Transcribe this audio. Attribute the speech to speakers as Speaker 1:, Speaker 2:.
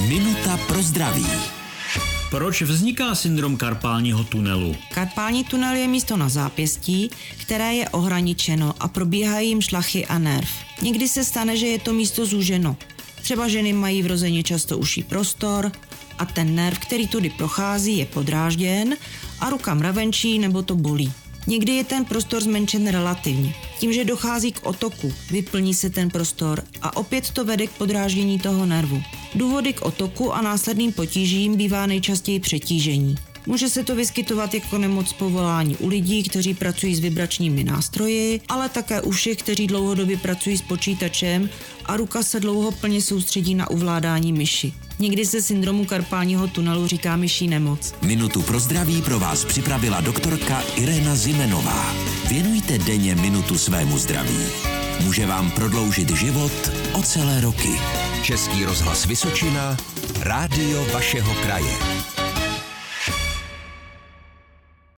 Speaker 1: Minuta pro zdraví.
Speaker 2: Proč vzniká syndrom karpálního tunelu?
Speaker 3: Karpální tunel je místo na zápěstí, které je ohraničeno a probíhají jim šlachy a nerv. Někdy se stane, že je to místo zúženo. Třeba ženy mají vrozeně často užší prostor a ten nerv, který tudy prochází, je podrážděn a ruka mravenčí nebo to bolí. Někdy je ten prostor zmenšen relativně. Tím, že dochází k otoku, vyplní se ten prostor a opět to vede k podráždění toho nervu. Důvody k otoku a následným potížím bývá nejčastěji přetížení. Může se to vyskytovat jako nemoc povolání u lidí, kteří pracují s vibračními nástroji, ale také u všech, kteří dlouhodobě pracují s počítačem a ruka se dlouho plně soustředí na ovládání myši. Někdy se syndromu karpálního tunelu říká myší nemoc.
Speaker 1: Minutu pro zdraví pro vás připravila doktorka Irena Zimenová. Věnujte denně minutu svému zdraví. Může vám prodloužit život o celé roky. Český rozhlas Vysočina, rádio vašeho kraje.